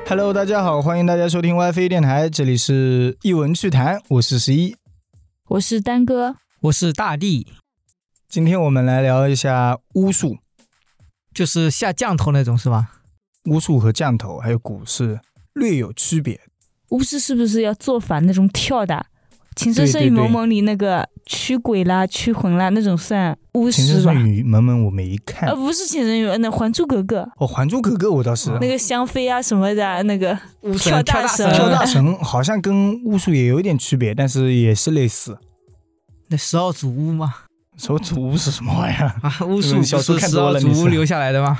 Hello， 大家好，欢迎大家收听 WiFi 电台，这里是一文趣谈，我是11， 我是丹哥， 我是大地。 今天我们来聊一下巫术， 就是下降头那种是吧？ 巫术和降头还有蛊是略有区别。 巫师是不是要做法那种跳的？情深深雨蒙蒙里那个驱鬼啦、驱魂啦那种算巫师吧？ 情深深雨蒙蒙我没看， 不是情深雨，那《还珠格格》 哦，《还珠格格》我倒是那个香妃啊什么的，那个跳大神， 跳大神好像跟巫术也有一点区别，但是也是类似。 那十二祖巫吗？ 十二祖巫是什么玩意儿啊？巫术不是十二祖巫留下来的吗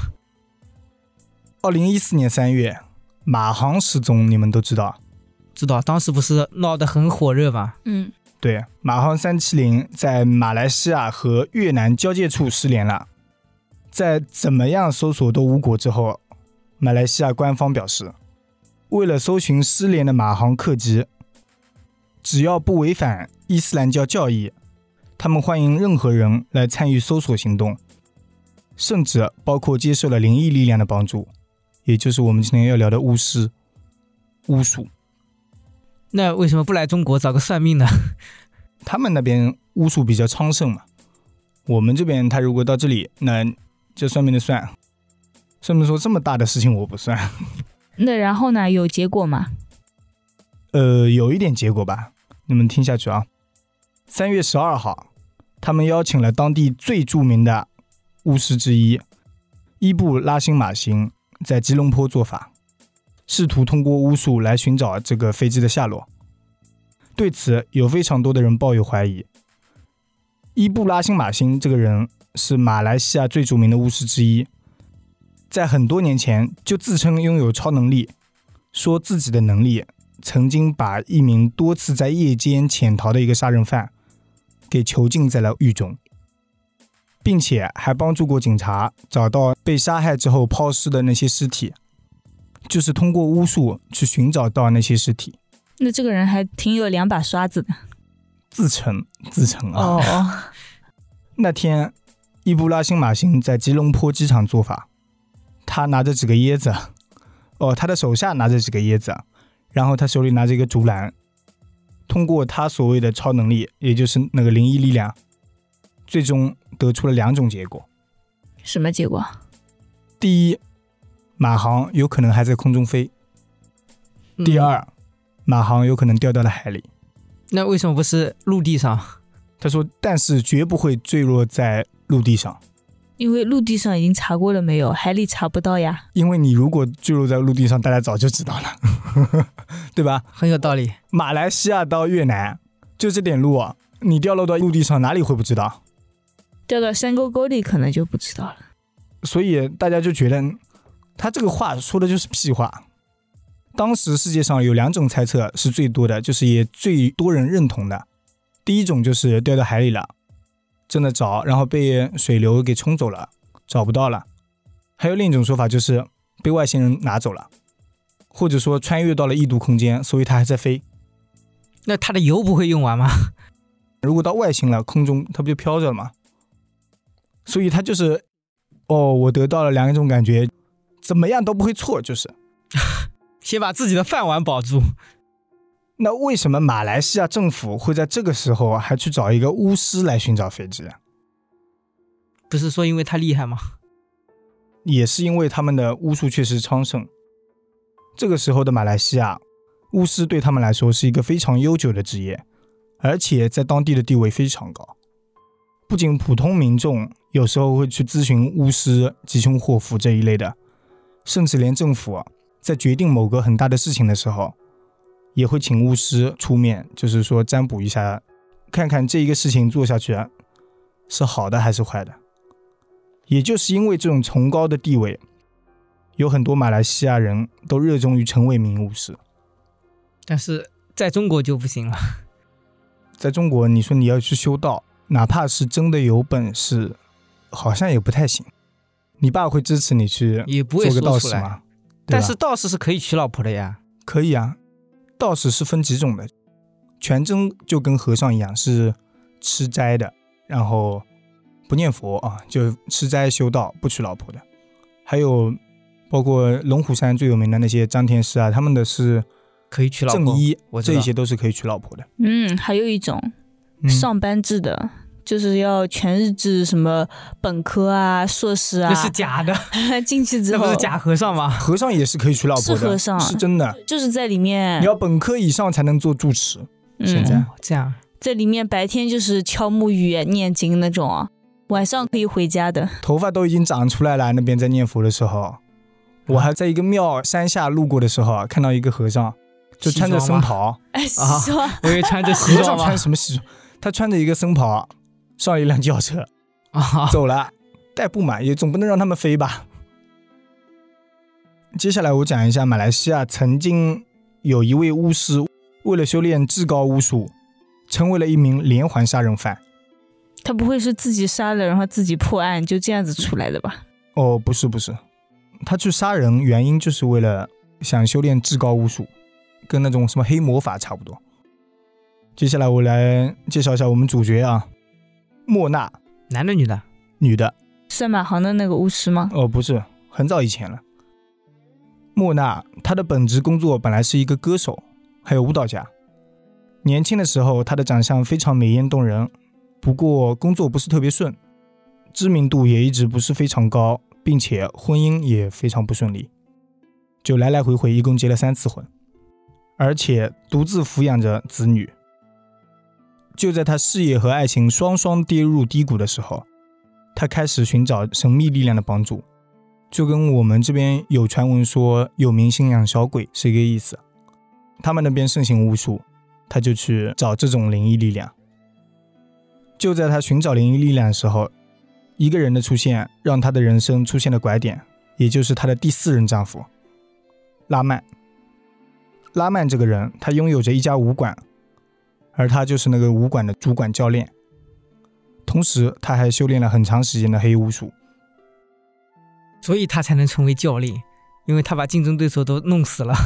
？2014年3月，马航失踪，你们都知道？ 知道，当时不是闹得很火热吗？ 对，马航370在马来西亚和越南交界处失联了。在怎么样搜索都无果之后，马来西亚官方表示，为了搜寻失联的马航客机，只要不违反伊斯兰教教义，他们欢迎任何人来参与搜索行动，甚至包括接受了灵异力量的帮助，也就是我们今天要聊的巫师、巫术。 那为什么不来中国找个算命呢？ 他们那边巫术比较昌盛嘛，我们这边他如果到这里，那这算命的算，算命说这么大的事情我不算。 那然后呢？有结果吗？ 有一点结果吧，你们听下去啊。3月12号，他们邀请了当地最著名的巫师之一伊布拉辛马辛在吉隆坡做法，试图通过巫术来寻找这个飞机的下落。对此有非常多的人抱有怀疑。伊布拉辛马辛这个人是马来西亚最著名的巫师之一，在很多年前就自称拥有超能力，说自己的能力曾经把一名多次在夜间潜逃的一个杀人犯给囚禁在了狱中，并且还帮助过警察找到被杀害之后抛尸的那些尸体，就是通过巫术去寻找到那些尸体。 那这个人还挺有两把刷子的。 自称啊。 哦。 那天伊布拉辛马辛在吉隆坡机场做法，他拿着几个椰子，他的手下拿着几个椰子，然后他手里拿着一个竹篮，通过他所谓的超能力，也就是那个灵异力量，最终得出了2种结果。 什么结果？ 第一，马航有可能还在空中飞。第二，马航有可能掉到了海里。 那为什么不是陆地上？ 他说，但是绝不会坠落在陆地上。 因为陆地上已经查过了没有，海里查不到呀。 因为你如果坠落在陆地上，大家早就知道了。对吧？ 很有道理。 马来西亚到越南就这点路，你掉落到陆地上哪里会不知道？ 掉到山沟沟里可能就不知道了。 所以大家就觉得他这个话说的就是屁话。当时世界上有2种猜测是最多的，就是也最多人认同的。第一种就是掉到海里了，真的找，然后被水流给冲走了，找不到了。还有另一种说法就是被外星人拿走了，或者说穿越到了异度空间，所以他还在飞。 那他的油不会用完吗？ 如果到外星了，空中他不就飘着了吗？所以他就是我得到了2种感觉，怎么样都不会错，就是先把自己的饭碗保住。 那为什么马来西亚政府会在这个时候还去找一个巫师来寻找飞机？ 不是说因为他厉害吗？ 也是因为他们的巫术确实昌盛。这个时候的马来西亚，巫师对他们来说是一个非常悠久的职业，而且在当地的地位非常高。不仅普通民众有时候会去咨询巫师、吉凶祸福这一类的，甚至连政府在决定某个很大的事情的时候，也会请巫师出面，就是说占卜一下，看看这一个事情做下去是好的还是坏的。也就是因为这种崇高的地位，有很多马来西亚人都热衷于成为名巫师。 但是在中国就不行了。 在中国你说你要去修道，哪怕是真的有本事，好像也不太行。你爸会支持你去做个道士吗？ 但是道士是可以娶老婆的呀。 可以啊，道士是分几种的，全真就跟和尚一样是吃斋的，然后不念佛啊，就吃斋修道不娶老婆的。还有包括龙虎山最有名的那些张天师啊，他们的是可以娶老婆， 正一， 我知道这些都是可以娶老婆的。 还有一种上班制的，就是要全日制，什么本科啊、硕士啊， 那是假的。 进去之后那不是假和尚吗？ 和尚也是可以娶老婆的， 是和尚， 是真的， 就是在里面你要本科以上才能做住持。现在这样， 在里面白天就是敲木鱼、念经那种啊，晚上可以回家的。 头发都已经长出来了，那边在念佛的时候，我还在一个庙山下路过的时候，看到一个和尚就穿着僧袍， 西装， 我以为穿着西和装尚穿什么西装？他穿着一个僧袍上了一辆轿车走了，代步嘛，也总不能让他们飞吧。接下来我讲一下马来西亚曾经有一位巫师为了修炼至高巫术，成为了一名连环杀人犯。 他不会是自己杀了然后自己破案就这样子出来的吧？ 哦，不是，他去杀人原因就是为了想修炼至高巫术，跟那种什么黑魔法差不多。接下来我来介绍一下我们主角啊，莫娜。 男的女的？ 女的。 赛马行的那个巫师吗？ 哦，不是，很早以前了。莫娜她的本职工作本来是一个歌手还有舞蹈家，年轻的时候她的长相非常美艳动人，不过工作不是特别顺，知名度也一直不是非常高，并且婚姻也非常不顺利，就来来回回一共结了3次婚，而且独自抚养着子女。就在她事业和爱情双双跌入低谷的时候，她开始寻找神秘力量的帮助，就跟我们这边有传闻说有明星养小鬼是一个意思。他们那边盛行巫术，她就去找这种灵异力量。就在她寻找灵异力量的时候，一个人的出现让她的人生出现了拐点，也就是她的第4任丈夫拉曼。拉曼这个人，他拥有着一家武馆，而他就是那个武馆的主管教练，同时他还修炼了很长时间的黑巫术， 所以他才能成为教练，因为他把竞争对手都弄死了。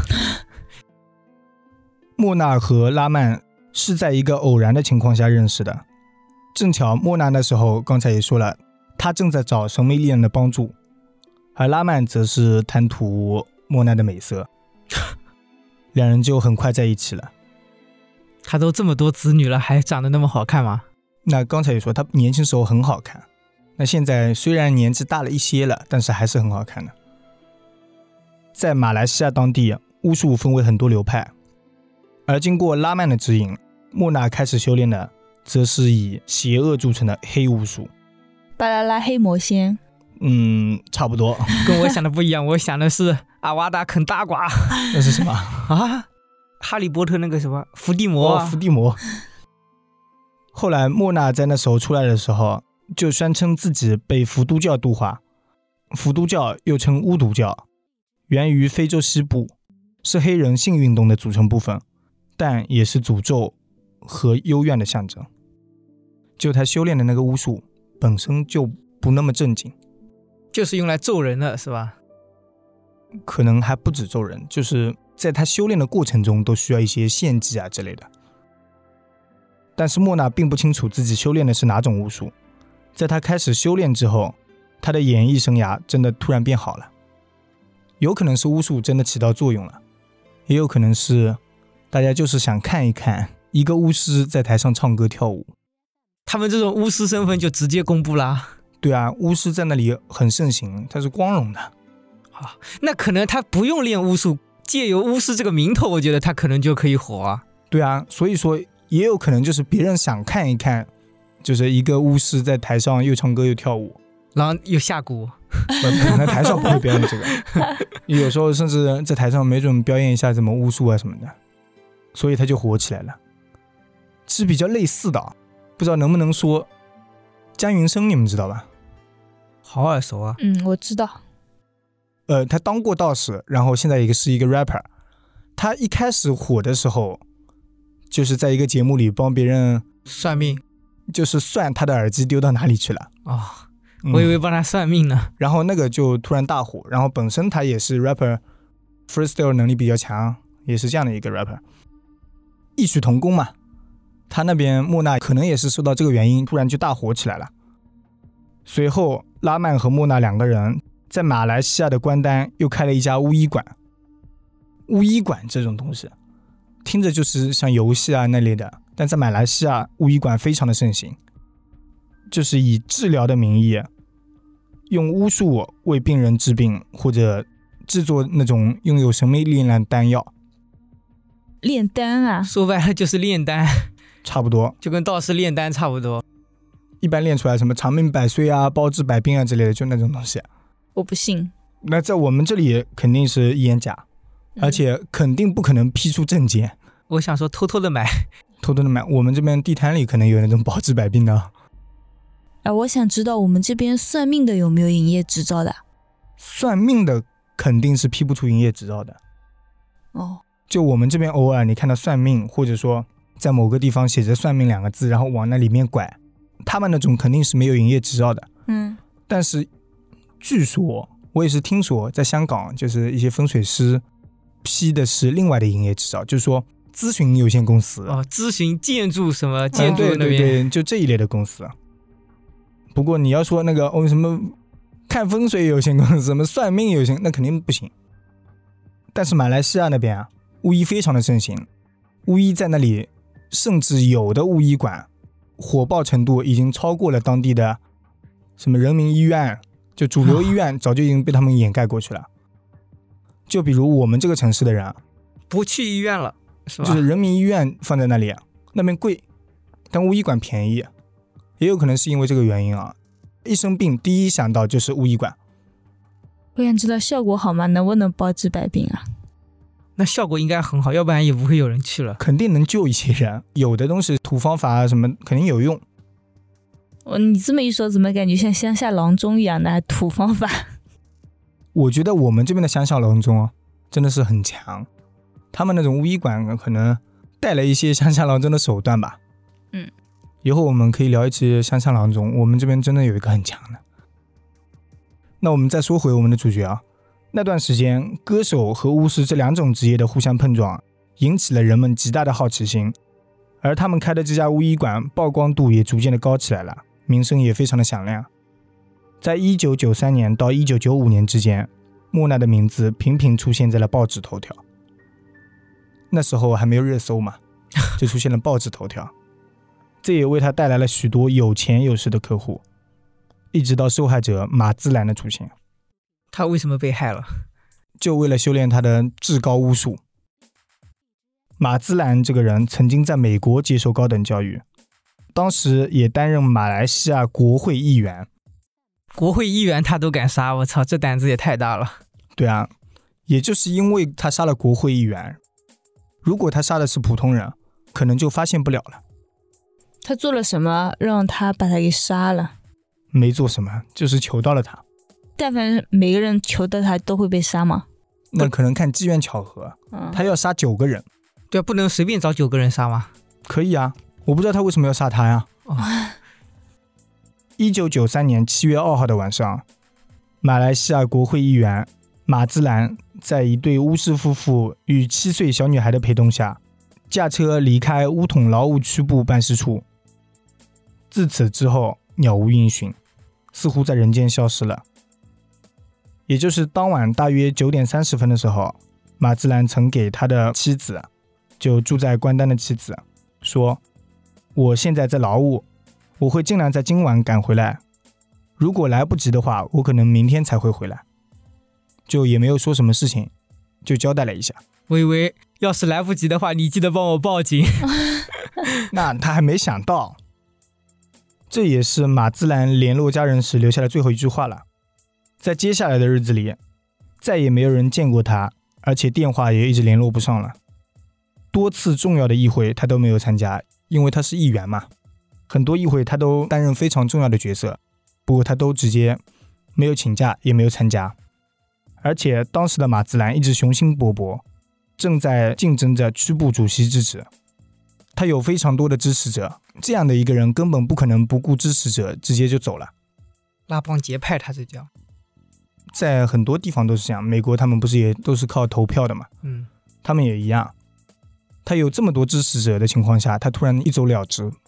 莫娜和拉曼是在一个偶然的情况下认识的，正巧莫娜那时候刚才也说了，她正在找神秘力量的帮助，而拉曼则是贪图莫娜的美色，两人就很快在一起了。 他都这么多子女了，还长得那么好看吗？ 那刚才也说他年轻时候很好看，那现在虽然年纪大了一些了，但是还是很好看的。在马来西亚当地，巫术分为很多流派，而经过拉曼的指引，莫娜开始修炼的则是以邪恶著称的黑巫术。 巴啦啦黑魔仙。 差不多。 跟我想的不一样，我想的是阿瓦达啃大瓜。 那是什么啊？哈利波特那个什么伏地魔啊？ 伏地魔。后来莫娜在那时候出来的时候，就宣称自己被伏都教度化。伏都教又称巫毒教，源于非洲西部，是黑人性运动的组成部分，但也是诅咒和幽怨的象征。就他修炼的那个巫术本身就不那么正经， 就是用来咒人的是吧？ 可能还不止咒人，就是在他修炼的过程中都需要一些献祭啊之类的。但是莫娜并不清楚自己修炼的是哪种巫术，在他开始修炼之后，他的演艺生涯真的突然变好了。有可能是巫术真的起到作用了，也有可能是大家就是想看一看一个巫师在台上唱歌跳舞。 他们这种巫师身份就直接公布啦。 对啊，巫师在那里很盛行，它是光荣的啊。那可能他不用练巫术，借由巫师这个名头，我觉得他可能就可以火啊。 对啊，所以说也有可能就是别人想看一看，就是一个巫师在台上又唱歌又跳舞， 然后又下蛊。 可能台上不会表演这个，有时候甚至在台上没准表演一下什么巫术啊什么的，所以他就火起来了。是比较类似的，不知道能不能说。江云生你们知道吧？ 好耳熟啊。 我知道。 他当过道士，然后现在也是一个 rapper。他一开始火的时候，就是在一个节目里帮别人算命， 就是算他的耳机丢到哪里去了。 我以为帮他算命呢。 然后那个就突然大火，然后本身他也是 rapper， freestyle 能力比较强，也是这样的一个 rapper， 异曲同工嘛。他那边莫娜可能也是受到这个原因突然就大火起来了。随后拉曼和莫娜两个人在马来西亚的关丹又开了一家巫医馆。巫医馆这种东西听着就是像游戏啊那类的，但在马来西亚巫医馆非常的盛行，就是以治疗的名义用巫术为病人治病，或者制作那种拥有神秘力量的丹药。 炼丹啊， 说白了就是炼丹， 差不多就跟道士炼丹差不多。 一般炼出来什么长命百岁啊、包治百病啊之类的，就那种东西。 我不信。 那在我们这里肯定是一眼假，而且肯定不可能批出证件。 我想说偷偷的买， 我们这边地摊里可能有那种包治百病的。 我想知道我们这边算命的有没有营业执照的？ 算命的肯定是批不出营业执照的。 哦， 就我们这边偶尔你看到算命，或者说在某个地方写着算命2个字，然后往那里面拐，他们那种肯定是没有营业执照的。但是据说我也是听说，在香港就是一些风水师批的是另外的营业执照，就是说咨询有限公司。 咨询建筑什么建筑那边， 对，就这一类的公司。不过你要说那个什么看风水有限公司，什么算命有限，那肯定不行。但是马来西亚那边巫医非常的盛行，巫医在那里甚至有的巫医馆火爆程度已经超过了当地的什么人民医院，就主流医院早就已经被他们掩盖过去了。就比如我们这个城市的人不去医院了，是吧？ 就是人民医院放在那里，那边贵，但巫医馆便宜，也有可能是因为这个原因啊。一生病第一想到就是巫医馆。 我想知道效果好吗？能不能包治百病啊？ 那效果应该很好，要不然也不会有人去了。 肯定能救一些人，有的东西土方法啊什么肯定有用。 你这么一说，怎么感觉像乡下郎中一样的土方法？ 我觉得我们这边的乡下郎中真的是很强，他们那种巫医馆可能带了一些乡下郎中的手段吧。以后我们可以聊一期乡下郎中，我们这边真的有一个很强的。那我们再说回我们的主角那段时间歌手和巫师这2种职业的互相碰撞，引起了人们极大的好奇心，而他们开的这家巫医馆曝光度也逐渐的高起来了，名声也非常的响亮。在1993年到1995年之间，莫娜的名字频频出现在了报纸头条。那时候还没有热搜嘛，就出现了报纸头条。这也为他带来了许多有钱有势的客户，一直到受害者马兹兰的出现。 他为什么被害了？ 就为了修炼他的至高巫术。马兹兰这个人曾经在美国接受高等教育，当时也担任马来西亚国会议员。 国会议员他都敢杀，我操，这胆子也太大了。 对啊，也就是因为他杀了国会议员，如果他杀的是普通人，可能就发现不了了。 他做了什么让他把他给杀了？ 没做什么，就是求到了他。 但凡每个人求到他都会被杀吗？ 那可能看机缘巧合。他要杀9个人。 对啊，不能随便找9个人杀吗？ 可以啊，我不知道他为什么要杀他呀。1993年7月2号的晚上，马来西亚国会议员马兹兰在一对巫师夫妇与7岁小女孩的陪同下，驾车离开巫统劳务区部办事处。自此之后杳无音讯，似乎在人间消失了。也就是当晚大约9点30分的时候，马兹兰曾给他的妻子，就住在关丹的妻子说，我现在在劳务，我会尽量在今晚赶回来，如果来不及的话，我可能明天才会回来。就也没有说什么事情，就交代了一下。 我以为要是来不及的话，你记得帮我报警。 那他还没想到。这也是马兹兰联络家人时留下的最后一句话了。在接下来的日子里，再也没有人见过他，而且电话也一直联络不上了。多次重要的议会他都没有参加，因为他是议员嘛，很多议会他都担任非常重要的角色，不过他都直接没有请假，也没有参加。而且当时的马兹兰一直雄心勃勃，正在竞争着区部主席之职，他有非常多的支持者，这样的一个人根本不可能不顾支持者直接就走了。 拉帮结派他这叫。 在很多地方都是这样，美国他们不是也都是靠投票的嘛，他们也一样。他有这么多支持者的情况下，他突然一走了之，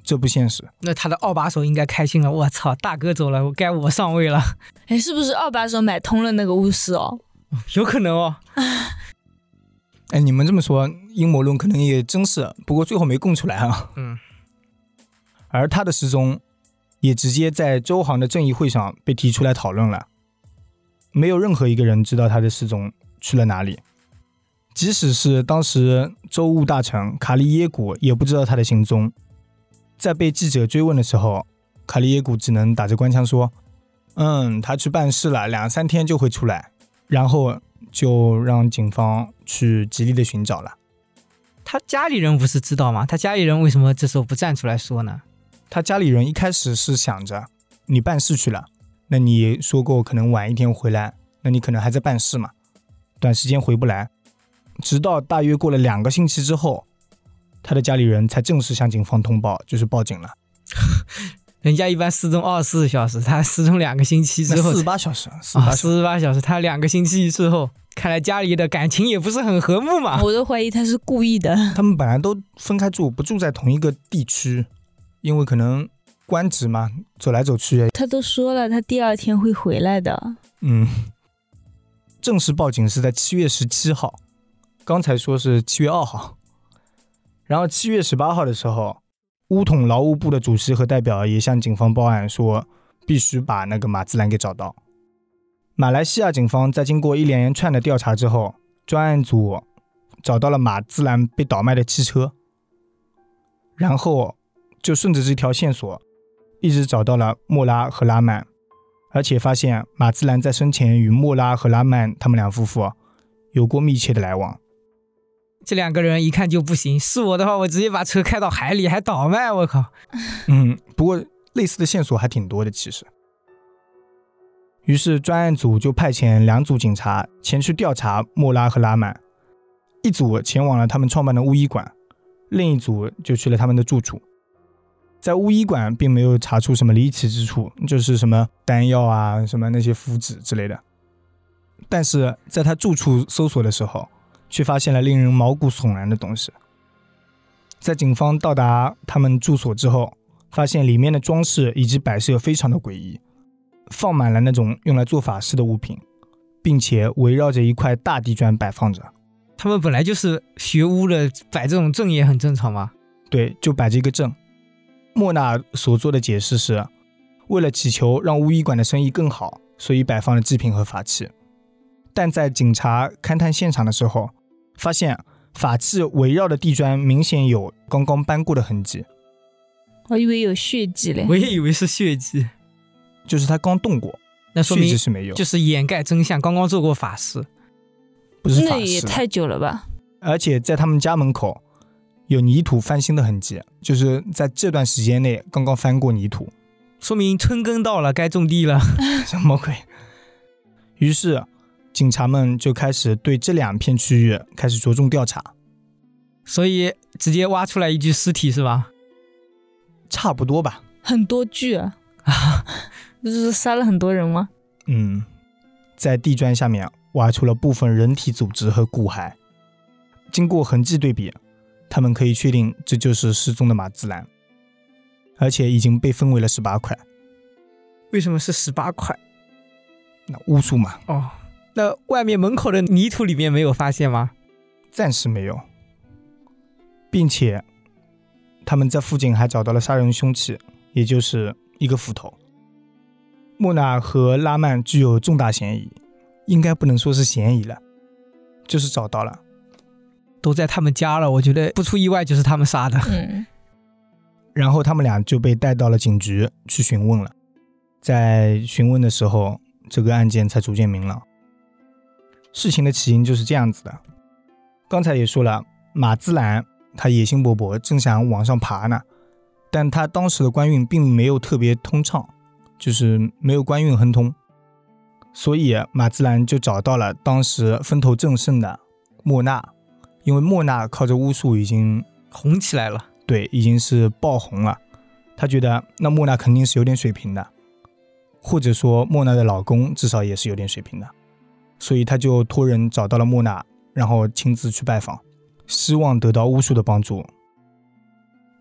这不现实。 那他的二把手应该开心了，我操，大哥走了，该我上位了。 哎，是不是二把手买通了那个巫师哦？ 有可能哦。 哎，你们这么说，阴谋论可能也真是，不过最后没供出来啊。而他的失踪也直接在周行的正义会上被提出来讨论了，没有任何一个人知道他的失踪去了哪里，即使是当时州务大臣卡利耶古也不知道他的行踪。在被记者追问的时候，卡利耶古只能打着官腔说他去办事了，2-3天就会出来，然后就让警方去极力的寻找了。 他家里人不是知道吗？他家里人为什么这时候不站出来说呢？ 他家里人一开始是想着，你办事去了，那你说过可能晚一天回来，那你可能还在办事嘛，短时间回不来。直到大约过了2个星期之后，他的家里人才正式向警方通报，就是报警了。 人家一般失踪24小时，他失踪2个星期之后 48小时 ，48小时，他2个星期之后，看来家里的感情也不是很和睦嘛。 我都怀疑他是故意的。 他们本来都分开住，不住在同一个地区，因为可能官职嘛，走来走去。 他都说了，他第2天会回来的。 正式报警是在7月17号，刚才说是7月2号。然后7月18号的时候，乌统劳务部的主席和代表也向警方报案说，必须把那个马兹兰给找到。马来西亚警方在经过一连串的调查之后，专案组找到了马兹兰被倒卖的汽车，然后就顺着这条线索一直找到了莫拉和拉曼，而且发现马兹兰在生前与莫拉和拉曼他们2夫妇有过密切的来往。 这2个人一看就不行，是我的话我直接把车开到海里还倒卖，我靠。 不过类似的线索还挺多的其实。于是专案组就派遣2组警察前去调查莫拉和拉曼，一组前往了他们创办的巫医馆，另一组就去了他们的住处。在巫医馆并没有查出什么离奇之处，就是什么丹药啊，什么那些符纸之类的。但是在他住处搜索的时候，却发现了令人毛骨悚然的东西。在警方到达他们住所之后，发现里面的装饰以及摆设非常的诡异，放满了那种用来做法事的物品，并且围绕着一块大地砖摆放着。 他们本来就是学巫的，摆这种阵也很正常嘛。 对，就摆着一个阵。莫娜所做的解释是，为了祈求让巫医馆的生意更好，所以摆放了祭品和法器。但在警察勘探现场的时候，发现法器围绕的地砖明显有刚刚搬过的痕迹。 我以为有血迹嘞。 我也以为是血迹， 就是他刚动过， 那说明血迹是没有， 就是掩盖真相，刚刚做过法事。 不是法事。 那也太久了吧。 而且在他们家门口有泥土翻新的痕迹，就是在这段时间内刚刚翻过泥土， 说明春耕到了，该种地了。 什么鬼？于是警察们就开始对这2片区域开始着重调查。 所以直接挖出来一具尸体是吧？ 差不多吧。 很多具啊。不是杀了很多人吗？ 在地砖下面挖出了部分人体组织和骨骸，经过痕迹对比，他们可以确定这就是失踪的马兹兰，而且已经被分为了18块。 为什么是18块？ 那巫术嘛。 那外面门口的泥土里面没有发现吗？ 暂时没有，并且他们在附近还找到了杀人凶器，也就是一个斧头。莫娜和拉曼具有重大嫌疑，应该不能说是嫌疑了，就是找到了。 都在他们家了，我觉得不出意外就是他们杀的。 然后他们俩就被带到了警局去询问了。在询问的时候，这个案件才逐渐明朗。事情的起因就是这样子的，刚才也说了，马兹兰他野心勃勃，正想往上爬呢，但他当时的官运并没有特别通畅，就是没有官运亨通，所以马兹兰就找到了当时风头正盛的莫娜，因为莫娜靠着巫术已经红起来了。 对，已经是爆红了。他觉得那莫娜肯定是有点水平的，或者说莫娜的老公至少也是有点水平的，所以他就托人找到了莫娜，然后亲自去拜访，希望得到巫术的帮助。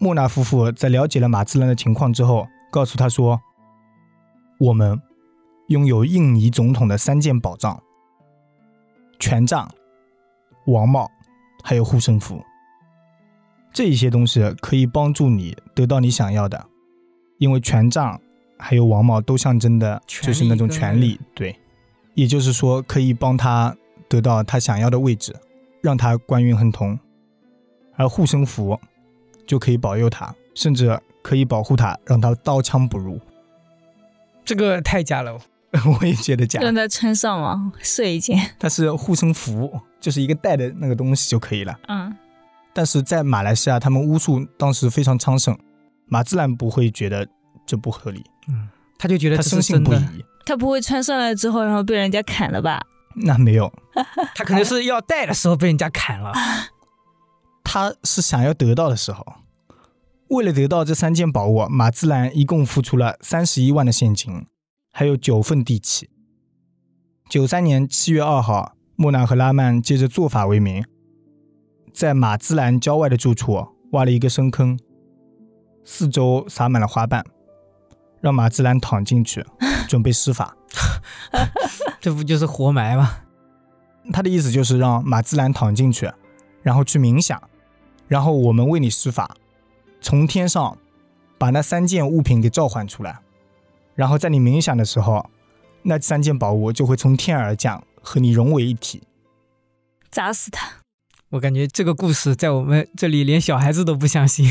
莫纳夫妇在了解了马兹兰的情况之后，告诉他说，我们拥有印尼总统的3件宝藏，权杖、王帽还有护身符，这一些东西可以帮助你得到你想要的，因为权杖还有王帽都象征的就是那种权力，对，也就是说可以帮他得到他想要的位置，让他官运亨通，而护身符就可以保佑他，甚至可以保护他，让他刀枪不入。 这个太假了， 我也觉得假。 让他穿上嘛，射一箭。 但是护身符就是一个带的那个东西就可以了。但是在马来西亚，他们巫术当时非常昌盛，马兹兰不会觉得这不合理。 他就觉得他深信不疑。 他不会穿上来之后然后被人家砍了吧？ 那没有， 他可能是要戴的时候被人家砍了。 他是想要得到的时候。为了得到这3件宝物，马兹兰一共付出了31万的现金，还有9份地契。93年7月2号，莫纳和拉曼借着做法为名，在马兹兰郊外的住处挖了一个深坑，四周撒满了花瓣，让马兹兰躺进去，准备施法。 这不就是活埋吗？ 他的意思就是让马兹兰躺进去，然后去冥想，然后我们为你施法，从天上把那3件物品给召唤出来，然后在你冥想的时候，那3件宝物就会从天而降，和你融为一体。 砸死他！ 我感觉这个故事在我们这里连小孩子都不相信。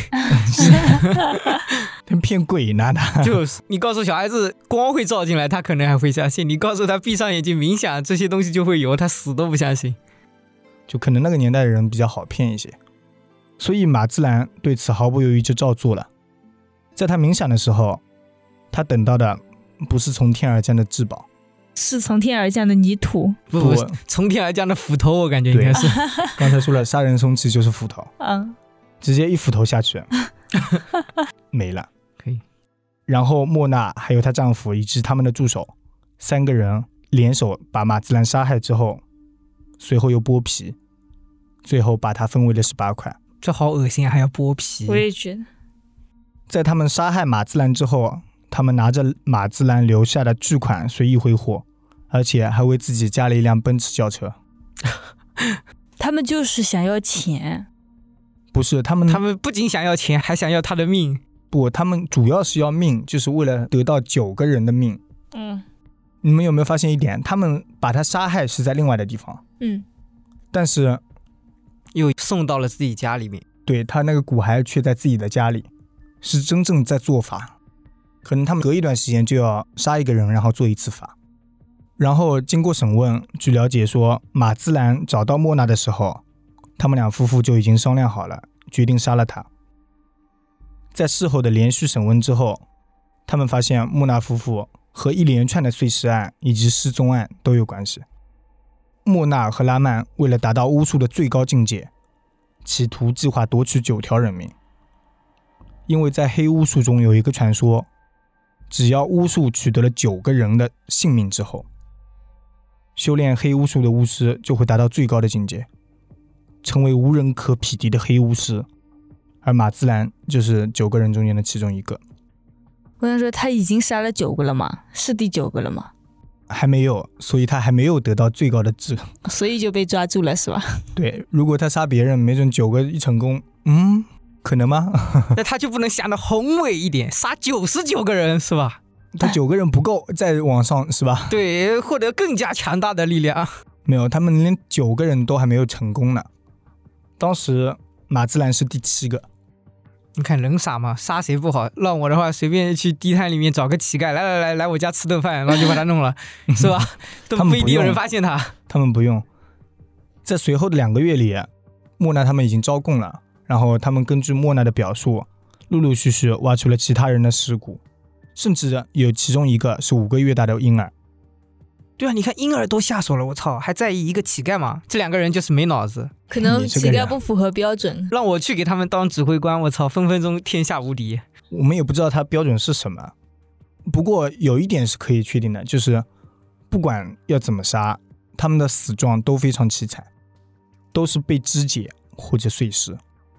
他骗鬼呢他。 就是你告诉小孩子光会照进来，他可能还会相信，你告诉他闭上眼睛冥想，这些东西就会有，他死都不相信。 就可能那个年代的人比较好骗一些，所以马兹兰对此毫不犹豫就照做了。在他冥想的时候，他等到的不是从天而降的至宝， 是从天而降的泥土。 不，从天而降的斧头，我感觉应该是。 刚才说了，杀人凶器就是斧头。直接一斧头下去没了。 可以。 然后莫娜还有她丈夫以及他们的助手3个人联手把马兹兰杀害之后，随后又剥皮，最后把它分为了18块。 这好恶心啊，还要剥皮。 我也觉得。 在他们杀害马兹兰之后，他们拿着马兹兰留下的巨款随意挥霍，而且还为自己加了一辆奔驰轿车。 他们就是想要钱。 不是，他们不仅想要钱，还想要他的命。 不，他们主要是要命，就是为了得到9个人的命。你们有没有发现一点？他们把他杀害是在另外的地方，但是又送到了自己家里面。 对，他那个骨骸却在自己的家里，是真正在做法。可能他们隔一段时间就要杀一个人，然后做一次法。然后经过审问，据了解说，马兹兰找到莫娜的时候，他们2夫妇就已经商量好了，决定杀了他。在事后的连续审问之后，他们发现莫娜夫妇和一连串的碎尸案以及失踪案都有关系。莫娜和拉曼为了达到巫术的最高境界，企图计划夺取9条人命。因为在黑巫术中有一个传说，只要巫术取得了9个人的性命之后，修炼黑巫术的巫师就会达到最高的境界，成为无人可匹敌的黑巫师。而马兹兰就是9个人中间的其中一个。 我想说他已经杀了9个了吗？是第9个了吗？ 还没有，所以他还没有得到最高的智， 所以就被抓住了是吧？ 对，如果他杀别人，没准9个一成功，可能吗？ 那他就不能想得宏伟一点，杀99个人是吧？ 他9个人不够，再往上是吧？ 对，获得更加强大的力量。 没有，他们连9个人都还没有成功呢。当时马兹兰是第7个。 你看人傻嘛，杀谁不好？让我的话，随便去地摊里面找个乞丐，来我家吃顿饭，然后就把他弄了，是吧？都不一定有人发现他。 他们不用。在随后的2个月里，莫娜他们已经招供了，然后他们根据莫娜的表述，陆陆续续挖出了其他人的尸骨，甚至有其中一个是5个月大的婴儿。 对啊，你看婴儿都下手了，我操，还在意一个乞丐吗？这2个人就是没脑子， 可能乞丐不符合标准。 让我去给他们当指挥官，我操，分分钟天下无敌。 我们也不知道他标准是什么，不过有一点是可以确定的，就是不管要怎么杀，他们的死状都非常凄惨，都是被肢解或者碎尸。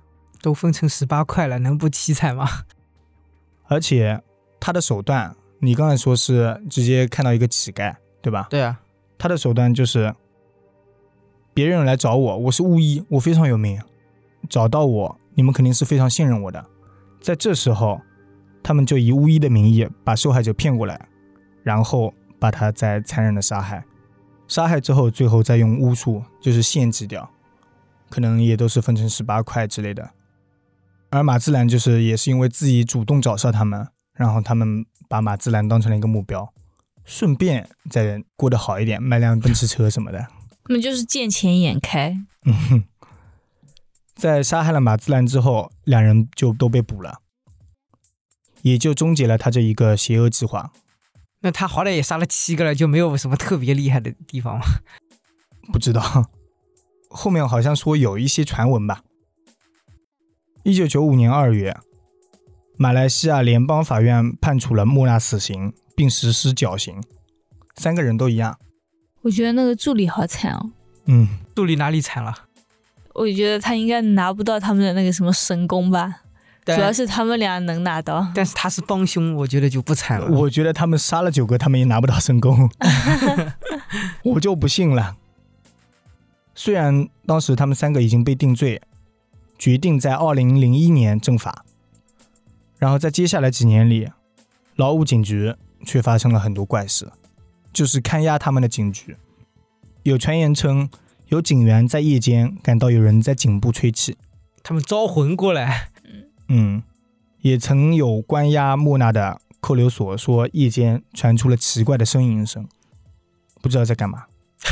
都分成18块了，能不凄惨吗？ 而且他的手段，你刚才说是直接看到一个乞丐，对吧？ 对啊， 他的手段就是别人来找我，我是巫医，我非常有名，找到我，你们肯定是非常信任我的。在这时候，他们就以巫医的名义把受害者骗过来，然后把他再残忍的杀害。杀害之后，最后再用巫术就是献祭掉，可能也都是分成18块之类的。而马自兰就是也是因为自己主动找上他们，然后他们把马自兰当成了一个目标，顺便再过得好一点，买辆奔驰车什么的。 他们就是见钱眼开。 在杀害了马自兰之后，两人就都被捕了，也就终结了他这一个邪恶计划。 那他好歹也杀了7个了，就没有什么特别厉害的地方吗？ 不知道，后面好像说有一些传闻吧。1995年2月，马来西亚联邦法院判处了莫娜死刑，并实施绞刑，3个人都一样。 我觉得那个助理好惨哦。 助理哪里惨了？ 我觉得他应该拿不到他们的那个什么神功吧，主要是他们俩能拿到。 但是他是帮凶，我觉得就不惨了。 我觉得他们杀了9个，他们也拿不到神功。我就不信了。虽然当时他们3个已经被定罪，决定在2001年正法，然后在接下来几年里，劳务警局却发生了很多怪事，就是看押他们的警局。有传言称，有警员在夜间感到有人在颈部吹气， 他们招魂过来。 也曾有关押莫娜的扣留所说，夜间传出了奇怪的呻吟声，不知道在干嘛。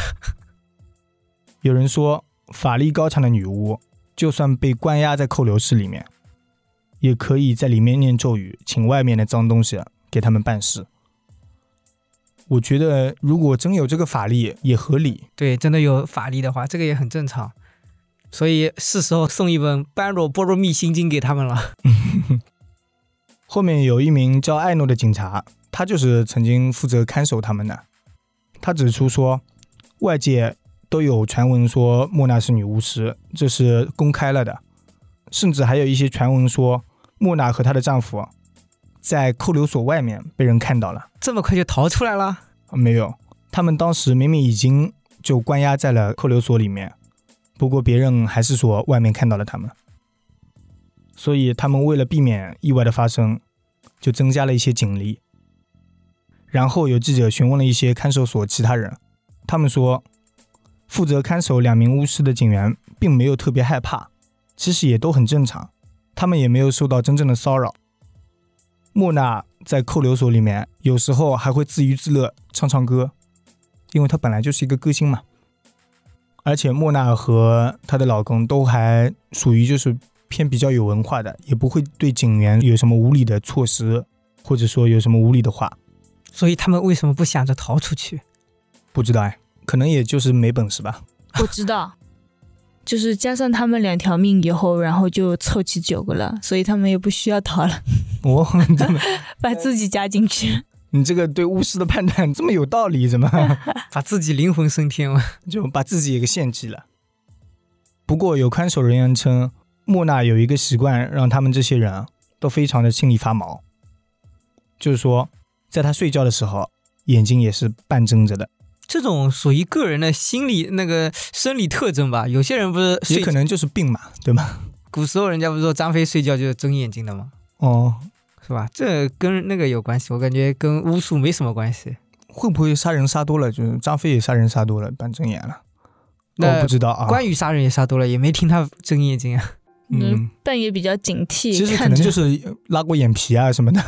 有人说，法力高强的女巫就算被关押在扣留室里面，也可以在里面念咒语，请外面的脏东西给他们办事。我觉得如果真有这个法力也合理。 对，真的有法力的话，这个也很正常。所以是时候送一本《般若波罗蜜心经》给他们了。 后面有一名叫艾诺的警察，他就是曾经负责看守他们的。他指出说，外界都有传闻说莫娜是女巫师，这是公开了的，甚至还有一些传闻说莫娜和她的丈夫在扣留所外面被人看到了。 这么快就逃出来了？ 没有，他们当时明明已经就关押在了扣留所里面，不过别人还是说外面看到了他们。所以他们为了避免意外的发生，就增加了一些警力。然后有记者询问了一些看守所其他人，他们说负责看守2名巫师的警员并没有特别害怕，其实也都很正常，他们也没有受到真正的骚扰。莫娜在扣留所里面有时候还会自娱自乐唱唱歌，因为她本来就是一个歌星嘛。而且莫娜和她的老公都还属于就是偏比较有文化的，也不会对警员有什么无理的措施，或者说有什么无理的话。 所以他们为什么不想着逃出去？ 不知道哎，可能也就是没本事吧。 我知道，就是加上他们2条命以后，然后就凑齐9个了，所以他们也不需要逃了。把自己加进去。 你这个对巫师的判断这么有道理，怎么把自己灵魂升天了， 就把自己也给献祭了。不过有看守人员称，莫娜有一个习惯让他们这些人都非常的心里发毛，就是说在他睡觉的时候眼睛也是半睁着的。 这种属于个人的心理那个生理特征吧，有些人不是也可能就是病嘛，对吧？ 古时候人家不是说张飞睡觉就是睁眼睛的吗？是吧？这跟那个有关系，我感觉跟巫术没什么关系。 会不会杀人杀多了，就是张飞也杀人杀多了，半睁眼了？我不知道啊。 关羽杀人也杀多了，也没听他睁眼睛啊。 但也比较警惕。 其实可能就是拉过眼皮啊什么的。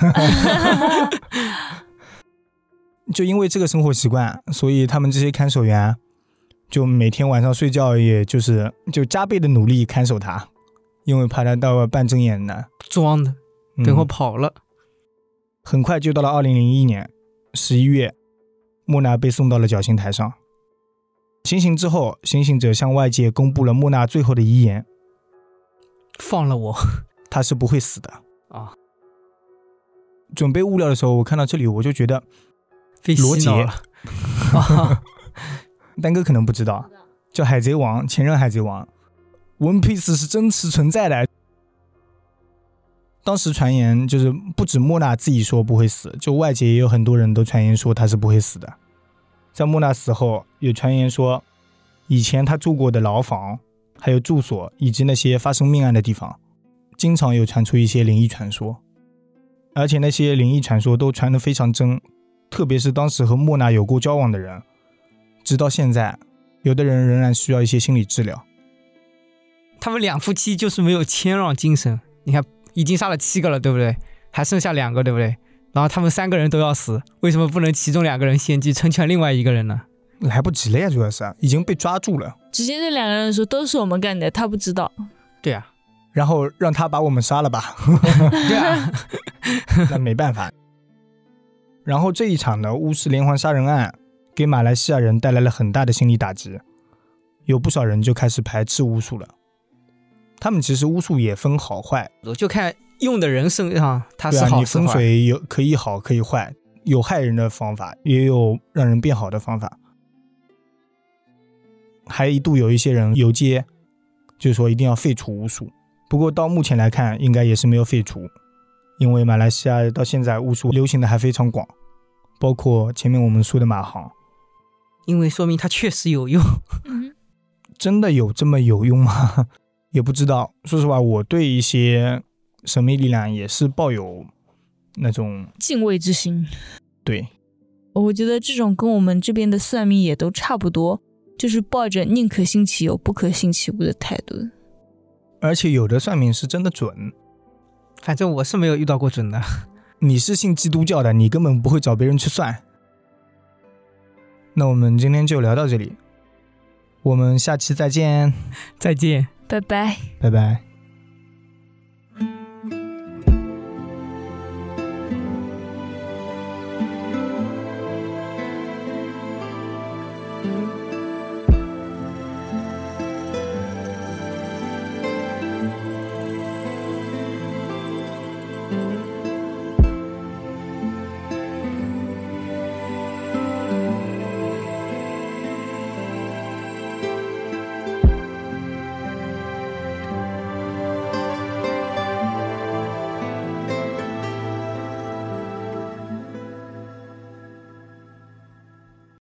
就因为这个生活习惯，所以他们这些看守员就每天晚上睡觉，也就加倍的努力看守他，因为怕他到半睁眼呢。 装的，等会跑了。 很快就到了2001年11月，莫娜被送到了绞刑台上。行刑之后，行刑者向外界公布了莫娜最后的遗言： 放了我， 他是不会死的啊。 准备物料的时候，我看到这里我就觉得罗杰丹哥可能不知道，叫海贼王，前任海贼王 One Piece 是真实存在的， 当时传言就是不止莫娜自己说不会死，就外界也有很多人都传言说他是不会死的。在莫娜死后，有传言说以前他住过的牢房还有住所以及那些发生命案的地方经常有传出一些灵异传说，而且那些灵异传说都传得非常真，特别是当时和莫娜有过交往的人，直到现在有的人仍然需要一些心理治疗。 他们两夫妻就是没有谦让精神，你看已经杀了7个了，对不对？还剩下2个，对不对？然后他们3个人都要死，为什么不能其中2个人献祭成全另外1个人呢？ 来不及了呀，主要是已经被抓住了。 直接这2个人说都是我们干的，他不知道。 对啊， 然后让他把我们杀了吧。 对啊， 那没办法。然后这一场的巫师连环杀人案给马来西亚人带来了很大的心理打击，有不少人就开始排斥巫术了。他们其实巫术也分好坏， 就看用的人身上他是好是坏。 你风水有可以好可以坏，有害人的方法，也有让人变好的方法。还一度有一些人游街，就是说一定要废除巫术。不过到目前来看，应该也是没有废除，因为马来西亚到现在巫术流行的还非常广，包括前面我们说的马航。 因为说明它确实有用。 真的有这么有用吗？也不知道。说实话，我对一些神秘力量也是抱有那种敬畏之心。 对， 我觉得这种跟我们这边的算命也都差不多，就是抱着宁可信其有不可信其无的态度。 而且有的算命是真的准， 反正我是没有遇到过准的。 你是信基督教的，你根本不会找别人去算。那我们今天就聊到这里，我们下期再见。 再见， 拜拜， 拜拜。